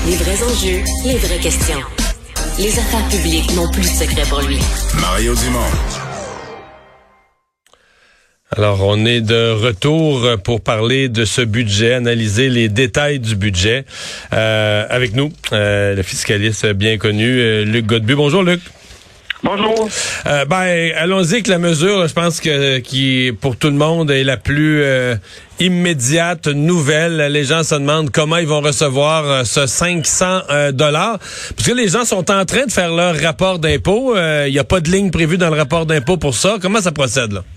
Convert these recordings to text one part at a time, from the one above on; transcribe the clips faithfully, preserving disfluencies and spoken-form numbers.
Les vrais enjeux, les vraies questions. Les affaires publiques n'ont plus de secret pour lui. Mario Dumont. Alors, on est de retour pour parler de ce budget, analyser les détails du budget. Euh, avec nous, euh, le fiscaliste bien connu, euh, Luc Godbout. Bonjour, Luc. Bonjour. Euh, ben, allons-y avec la mesure, je pense que qui pour tout le monde est la plus euh, immédiate, nouvelle. Les gens se demandent comment ils vont recevoir euh, ce cinq cents euh, dollars. Parce que les gens sont en train de faire leur rapport d'impôt. Il euh, n'y a pas de ligne prévue dans le rapport d'impôt pour ça. Comment ça procède, là?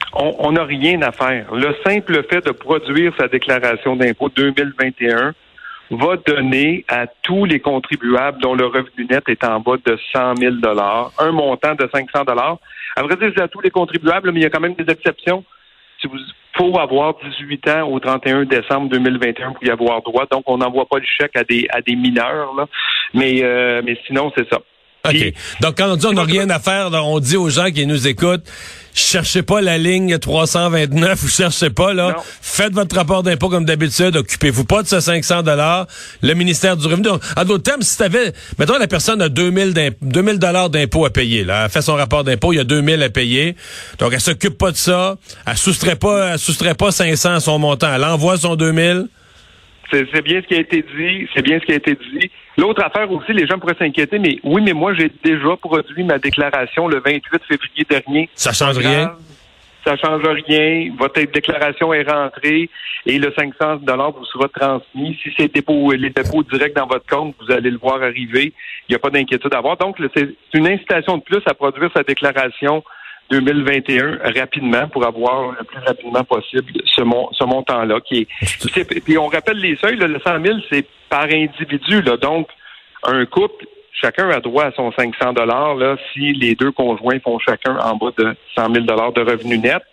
On n'a rien à faire. Le simple fait de produire sa déclaration d'impôt deux mille vingt et un va donner à tous les contribuables dont le revenu net est en bas de cent mille dollars un montant de cinq cents dollars. À vrai dire, c'est à tous les contribuables, mais il y a quand même des exceptions. Il faut avoir dix-huit ans au trente et un décembre deux mille vingt et un pour y avoir droit. Donc, on n'envoie pas le chèque à des à des mineurs, là. Mais, euh, mais sinon, c'est ça. OK. Puis, donc, quand on dit on n'a rien à faire, on dit aux gens qui nous écoutent, cherchez pas la ligne trois cent vingt-neuf, vous cherchez pas, là. Non. Faites votre rapport d'impôt comme d'habitude, occupez-vous pas de ce cinq cents dollars. Le ministère du Revenu. En d'autres termes, si t'avais, mettons, la personne a deux mille dollars d'impôt à payer, là. Elle fait son rapport d'impôt, il y a deux mille à payer. Donc, elle s'occupe pas de ça. Elle soustrait pas, elle soustrait pas cinq cents à son montant. Elle envoie son deux mille. C'est, c'est bien ce qui a été dit, c'est bien ce qui a été dit. L'autre affaire aussi, les gens pourraient s'inquiéter, mais oui, mais moi, j'ai déjà produit ma déclaration le vingt-huit février dernier. Ça change rien. Ça change rien. Votre déclaration est rentrée et le cinq cents dollars vous sera transmis. Si c'est dépôt, les dépôts directs dans votre compte, vous allez le voir arriver. Il n'y a pas d'inquiétude à avoir. Donc, c'est une incitation de plus à produire sa déclaration deux mille vingt et un rapidement pour avoir le plus rapidement possible ce, mon, ce montant-là. Qui est, puis on rappelle les seuils, là, le cent mille, c'est par individu. Là, donc, un couple, chacun a droit à son cinq cents dollars là, si les deux conjoints font chacun en bas de cent mille dollars de revenus nets.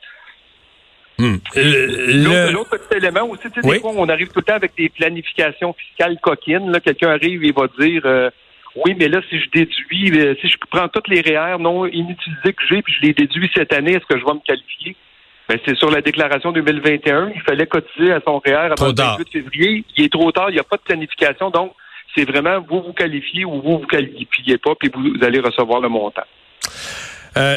Hmm. Le... L'autre petit élément aussi, tu sais, oui. Des fois, on arrive tout le temps avec des planifications fiscales coquines. Là, quelqu'un arrive et va dire... Euh, oui, mais là, si je déduis, si je prends toutes les R E E R non inutilisés que j'ai, puis je les déduis cette année, est-ce que je vais me qualifier? Ben, c'est sur la déclaration deux mille vingt et un. Il fallait cotiser à son R E E R avant le vingt-huit février. Il est trop tard, il n'y a pas de planification. Donc, c'est vraiment vous vous qualifiez ou vous vous qualifiez pas, puis vous, vous allez recevoir le montant. Euh,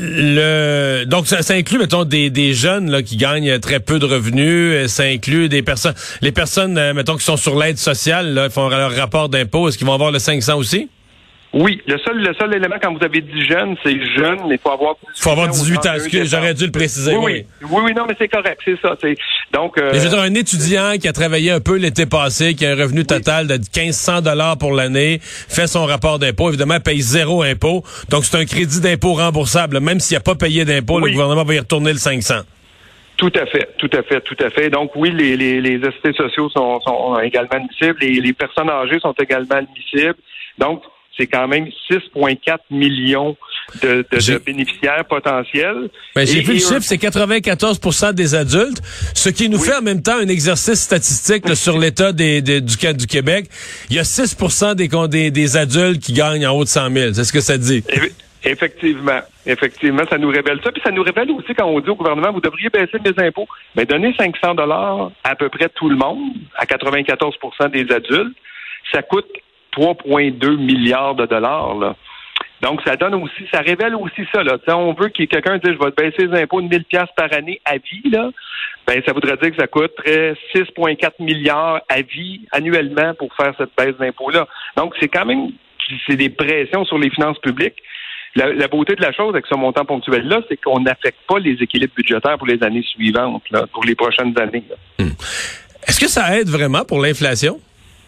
le donc ça, ça inclut mettons des des jeunes là qui gagnent très peu de revenus, ça inclut des personnes les personnes euh, mettons qui sont sur l'aide sociale là, font leur rapport d'impôt, est-ce qu'ils vont avoir le cinq cents aussi? Oui, le seul le seul élément quand vous avez dit jeune, c'est jeune, mais il faut avoir il faut avoir dix-huit ans, excuse, j'aurais dû le préciser. Oui, oui, oui, oui non, mais c'est correct, c'est ça. C'est donc. Euh... Mais je veux dire, un étudiant qui a travaillé un peu l'été passé, qui a un revenu total oui. de quinze cents dollars pour l'année, fait son rapport d'impôt, évidemment paye zéro impôt, donc c'est un crédit d'impôt remboursable, même s'il n'a pas payé d'impôt, oui. Le gouvernement va y retourner le cinq cents. Tout à fait, tout à fait, tout à fait. Donc oui, les les, les assistés sociaux sont, sont également admissibles, les, les personnes âgées sont également admissibles, donc. C'est quand même six virgule quatre millions de, de, de bénéficiaires potentiels. Ben, j'ai et, vu et le chiffre, c'est quatre-vingt-quatorze pour cent des adultes, ce qui nous oui. fait en même temps un exercice statistique là, sur l'état des, des, du, du Québec. Il y a six pour cent des, des, des adultes qui gagnent en haut de cent mille. C'est ce que ça dit. Et, effectivement. Effectivement, ça nous révèle ça. Puis ça nous révèle aussi quand on dit au gouvernement, vous devriez baisser mes impôts. Mais donner cinq cents dollars à peu près tout le monde, à quatre-vingt-quatorze pour cent des adultes, ça coûte trois virgule deux milliards de dollars, là. Donc, ça donne aussi, ça révèle aussi ça, là. T'sais, on veut que quelqu'un dise, je vais te baisser les impôts de mille piastres par année à vie, là. Ben, ça voudrait dire que ça coûterait six virgule quatre milliards à vie annuellement pour faire cette baisse d'impôts-là. Donc, c'est quand même, c'est des pressions sur les finances publiques. La, la beauté de la chose avec ce montant ponctuel-là, c'est qu'on n'affecte pas les équilibres budgétaires pour les années suivantes, là, pour les prochaines années, là. Hum. Est-ce que ça aide vraiment pour l'inflation?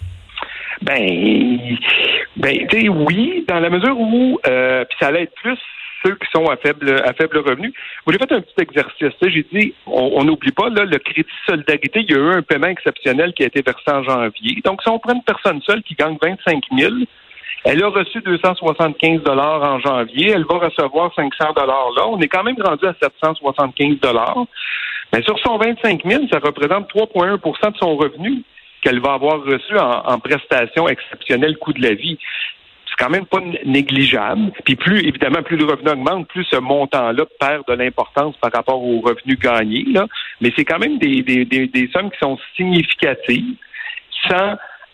Ben, ben, tu sais, oui, dans la mesure où, euh, puis ça allait être plus ceux qui sont à faible à faible revenu. Vous j'ai fait un petit exercice. J'ai dit, on n'oublie pas, là, le crédit solidarité, il y a eu un paiement exceptionnel qui a été versé en janvier. Donc, si on prend une personne seule qui gagne vingt-cinq mille, elle a reçu deux cent soixante-quinze dollars en janvier, elle va recevoir cinq cents dollars là. On est quand même rendu à sept cent soixante-quinze dollars. Mais sur son vingt-cinq mille, ça représente trois virgule un pour cent de son revenu qu'elle va avoir reçu en, en prestations exceptionnelles coût de la vie. C'est quand même pas négligeable. Puis plus, évidemment, plus le revenu augmente, plus ce montant-là perd de l'importance par rapport aux revenus gagnés, là. Mais c'est quand même des, des, des, des sommes qui sont significatives sans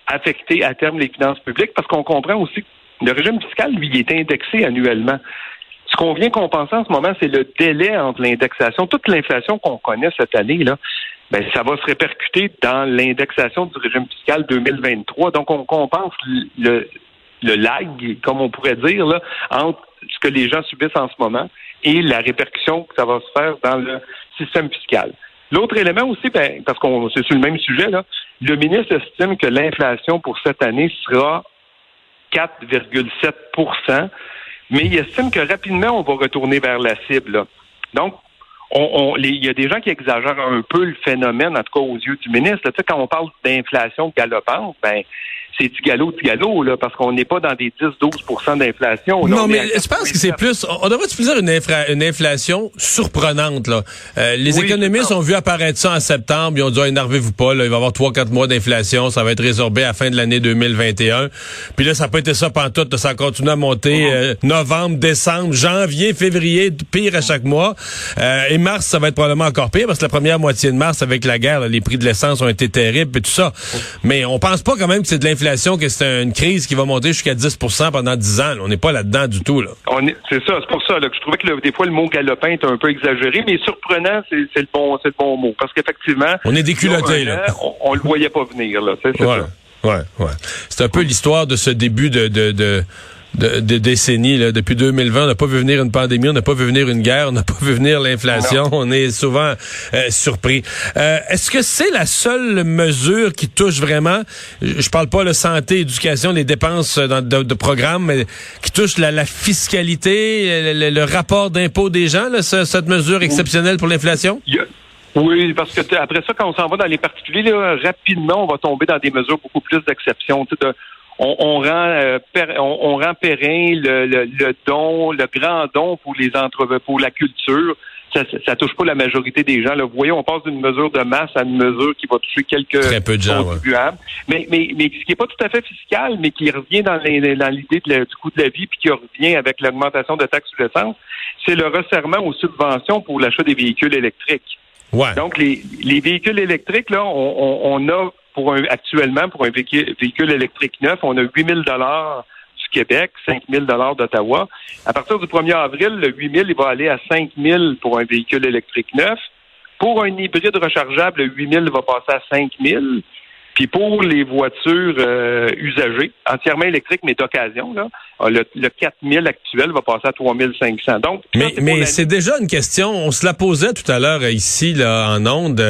affecter à terme les finances publiques, parce qu'on comprend aussi que le régime fiscal, lui, il est indexé annuellement. Ce qu'on vient compenser en ce moment, c'est le délai entre l'indexation. Toute l'inflation qu'on connaît cette année, là, ben, ça va se répercuter dans l'indexation du régime fiscal deux mille vingt-trois. Donc, on compense le, le lag, comme on pourrait dire, là, entre ce que les gens subissent en ce moment et la répercussion que ça va se faire dans le système fiscal. L'autre élément aussi, ben, parce qu'on c'est sur le même sujet, là, le ministre estime que l'inflation pour cette année sera quatre virgule sept pour cent, mais il estime que rapidement, on va retourner vers la cible. Là. Donc, on, on, les, il y a des gens qui exagèrent un peu le phénomène, en tout cas aux yeux du ministre. Là, tu sais, quand on parle d'inflation galopante, ben c'est du galop, du galop, là, parce qu'on n'est pas dans des dix à douze pour cent d'inflation. Là, non, mais je pense que c'est plus, on devrait utiliser une, infra, une inflation surprenante, là. Euh, les oui, économistes ont vu apparaître ça en septembre, ils ont dit, oh, énervez-vous pas, là, il va y avoir trois quatre mois d'inflation, ça va être résorbé à la fin de l'année deux mille vingt et un. Puis là, ça n'a pas été ça pantoute, ça continue à monter, uh-huh. euh, novembre, décembre, janvier, février, pire à chaque mois. Euh, et mars, ça va être probablement encore pire, parce que la première moitié de mars, avec la guerre, là, les prix de l'essence ont été terribles et tout ça. Uh-huh. Mais on pense pas quand même que c'est de l'inflation, que c'est une crise qui va monter jusqu'à dix pour cent pendant dix ans. Là. On n'est pas là-dedans du tout. Là. On est, c'est ça, c'est pour ça là, que je trouvais que le, des fois le mot galopin est un peu exagéré, mais surprenant, c'est, c'est, le, bon, c'est le bon mot. Parce qu'effectivement, on est déculotté. Là. On, on le voyait pas venir. Là. C'est, c'est ouais, ça. ouais, ouais. C'est un peu l'histoire de ce début de... de, de De, de décennies. Là. Depuis deux mille vingt, on n'a pas vu venir une pandémie, on n'a pas vu venir une guerre, on n'a pas vu venir l'inflation. Non. On est souvent euh, surpris. Euh, est-ce que c'est la seule mesure qui touche vraiment, je parle pas de santé, éducation, les dépenses dans, de, de programmes, mais qui touche la, la fiscalité, le, le rapport d'impôt des gens, là, ce, cette mesure exceptionnelle pour l'inflation? Yeah. Oui, parce que après ça, quand on s'en va dans les particuliers, là, rapidement, on va tomber dans des mesures beaucoup plus d'exception. Tu sais, de, On, on rend euh, per, on, on rend périn le, le, le don, le grand don pour les entre pour la culture. Ça, ça, ça touche pas la majorité des gens. Là, vous voyez, on passe d'une mesure de masse à une mesure qui va toucher quelques Très peu de gens, contribuables. Ouais. Mais, mais, mais ce qui est pas tout à fait fiscal, mais qui revient dans, les, dans l'idée de la, du coût de la vie, puis qui revient avec l'augmentation de taxes sur l'essence, c'est le resserrement aux subventions pour l'achat des véhicules électriques. Ouais. Donc, les, les véhicules électriques, là, on, on, on a pour un, actuellement, pour un véhicule, véhicule électrique neuf, on a huit mille dollars du Québec, cinq mille dollars d'Ottawa. À partir du premier avril, le huit mille, il va aller à cinq mille pour un véhicule électrique neuf. Pour un hybride rechargeable, le huit mille va passer à cinq mille. Puis pour les voitures euh, usagées, entièrement électriques, mais d'occasion, là, le, le quatre mille actuel va passer à trois mille cinq cents. Donc, mais c'est, mais c'est déjà une question, on se la posait tout à l'heure ici, là, en ondes.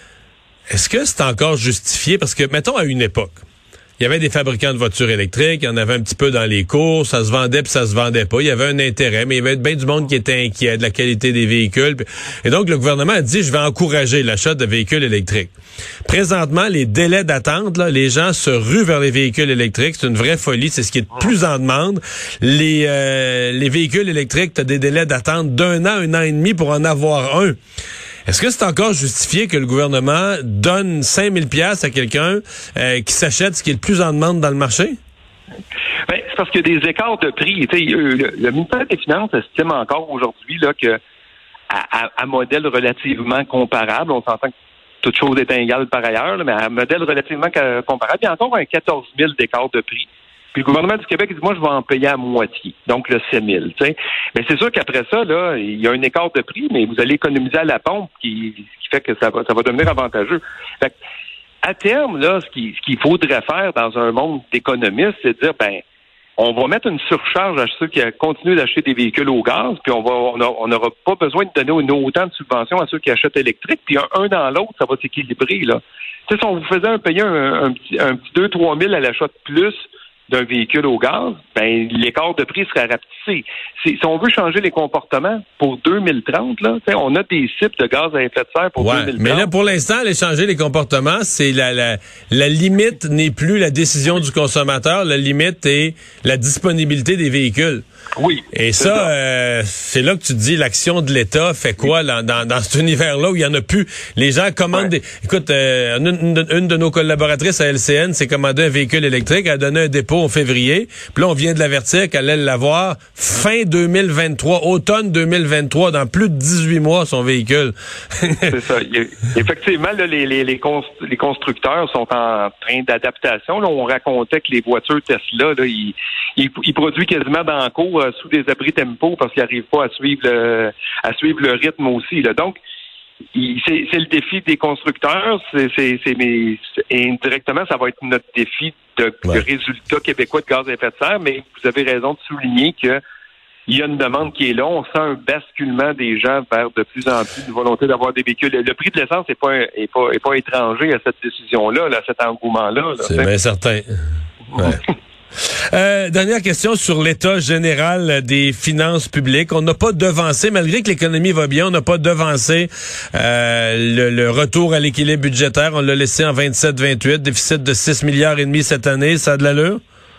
Est-ce que c'est encore justifié? Parce que, mettons, à une époque, il y avait des fabricants de voitures électriques, il y en avait un petit peu dans les cours, ça se vendait puis ça se vendait pas. Il y avait un intérêt, mais il y avait bien du monde qui était inquiet de la qualité des véhicules. Et donc, le gouvernement a dit, je vais encourager l'achat de véhicules électriques. Présentement, les délais d'attente, là, les gens se ruent vers les véhicules électriques. C'est une vraie folie. C'est ce qui est de plus en demande. Les, euh, les véhicules électriques, tu as des délais d'attente d'un an, un an et demi pour en avoir un. Est-ce que c'est encore justifié que le gouvernement donne cinq mille dollars à quelqu'un euh, qui s'achète ce qui est le plus en demande dans le marché? Ben, c'est parce qu'il y a des écarts de prix. Tu sais, le, le ministère des Finances estime encore aujourd'hui là, que à, à, à modèle relativement comparable, on s'entend que toute chose étant égale par ailleurs, là, mais à un modèle relativement comparable, il y a encore un quatorze mille d'écart de prix. Puis le gouvernement du Québec dit, moi, je vais en payer à moitié, donc le sept mille. Tu sais. Mais c'est sûr qu'après ça, là, il y a un écart de prix, mais vous allez économiser à la pompe, qui, qui fait que ça va, ça va devenir avantageux. Fait que, à terme, là, ce, qui, ce qu'il faudrait faire dans un monde d'économistes, c'est de dire, ben, on va mettre une surcharge à ceux qui continuent d'acheter des véhicules au gaz, puis on va, on n'aura pas besoin de donner autant de subventions à ceux qui achètent électriques, puis un, un dans l'autre, ça va s'équilibrer, là. Tu sais, si on vous faisait un, payer un, un petit, un petit deux à trois mille à l'achat de plus d'un véhicule au gaz, ben l'écart de prix serait rapetissé. Si on veut changer les comportements pour deux mille trente, là, on a des cibles de gaz à effet de serre pour ouais, deux mille trente. Mais là, pour l'instant, les changer les comportements, c'est la, la, la limite n'est plus la décision du consommateur, la limite est la disponibilité des véhicules. Oui. Et ça, ça. Euh, c'est là que tu te dis, l'action de l'État fait quoi là, dans, dans cet univers-là où il y en a plus? Les gens commandent ouais. des... Écoute, euh, une, une de nos collaboratrices à L C N s'est commandé un véhicule électrique, elle a donné un dépôt en février, puis là, on vient de l'avertir qu'elle allait l'avoir fin deux mille vingt-trois, automne deux mille vingt-trois, dans plus de dix-huit mois, son véhicule. C'est ça. Effectivement, là, les, les, les, const- les constructeurs sont en train d'adaptation. Là, on racontait que les voitures Tesla, là, ils, ils, ils produisent quasiment dans le cours euh, sous des abris tempo parce qu'ils n'arrivent pas à suivre le, à suivre le rythme aussi. Là. Donc, il, c'est, c'est le défi des constructeurs. C'est, c'est, c'est, mais, et indirectement, ça va être notre défi de, ouais. de résultats québécois de gaz à effet de serre. Mais vous avez raison de souligner que il y a une demande qui est là. On sent un basculement des gens vers de plus en plus une volonté d'avoir des véhicules. Le prix de l'essence n'est pas, est pas, est pas étranger à cette décision-là, là, à cet engouement-là. Là, c'est bien certain. Ouais. Euh, dernière question sur l'état général des finances publiques. On n'a pas devancé, malgré que l'économie va bien, on n'a pas devancé euh, le, le retour à l'équilibre budgétaire. On l'a laissé en vingt-sept vingt-huit, déficit de six milliards et demi cette année. Ça a de l'allure?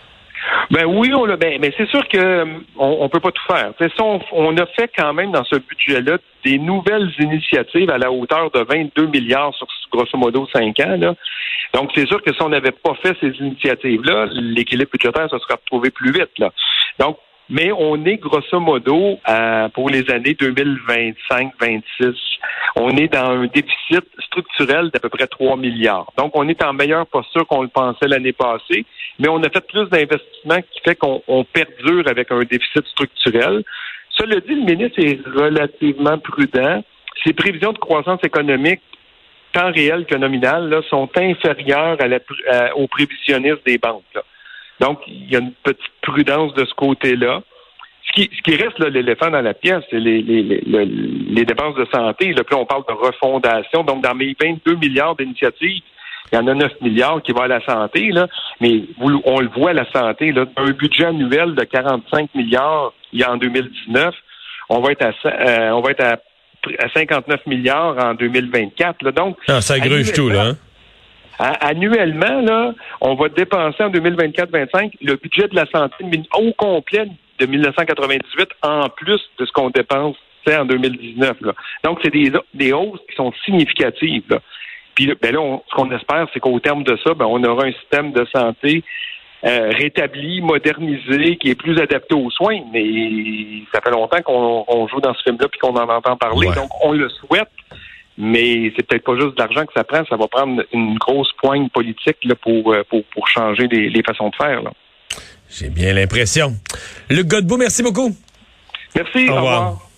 Ben oui, on l'a. Ben, mais c'est sûr que on, on peut pas tout faire. Ça, on, on a fait quand même dans ce budget-là des nouvelles initiatives à la hauteur de vingt-deux milliards sur grosso modo cinq ans. Là. Donc c'est sûr que si on n'avait pas fait ces initiatives-là, l'équilibre budgétaire se serait retrouvé plus vite. Là. Donc, mais on est grosso modo à, pour les années deux mille vingt-cinq vingt-six, on est dans un déficit structurel d'à peu près trois milliards. Donc on est en meilleure posture qu'on le pensait l'année passée. Mais on a fait plus d'investissements qui fait qu'on on perdure avec un déficit structurel. Cela dit, le ministre est relativement prudent. Ses prévisions de croissance économique, tant réelles que nominales, là, sont inférieures à la, à, aux prévisionnistes des banques. Là. Donc, il y a une petite prudence de ce côté-là. Ce qui, ce qui reste, là, l'éléphant dans la pièce, c'est les, les, les, les, les dépenses de santé. Là, puis on parle de refondation. Donc, dans mes vingt-deux milliards d'initiatives, il y en a neuf milliards qui vont à la santé, là, mais vous, on le voit, la santé, là, un budget annuel de quarante-cinq milliards il y a en deux mille dix-neuf, on va être à, euh, on va être à, à cinquante-neuf milliards en deux mille vingt-quatre. Là, donc, ah, ça gruge tout, là. Hein? À, annuellement, là, on va dépenser en deux mille vingt-quatre vingt-cinq le budget de la santé au complet de dix-neuf cent quatre-vingt-dix-huit en plus de ce qu'on dépense en deux mille dix-neuf. Là. Donc, c'est des, des hausses qui sont significatives, là. Puis ben là, on, ce qu'on espère, c'est qu'au terme de ça, ben, on aura un système de santé euh, rétabli, modernisé, qui est plus adapté aux soins. Mais ça fait longtemps qu'on on joue dans ce film-là puis qu'on en entend parler. Ouais. Donc, on le souhaite, mais c'est peut-être pas juste de l'argent que ça prend. Ça va prendre une grosse poigne politique là, pour, pour, pour changer les, les façons de faire. Là. J'ai bien l'impression. Luc Godbout, merci beaucoup. Merci, au revoir. Au revoir.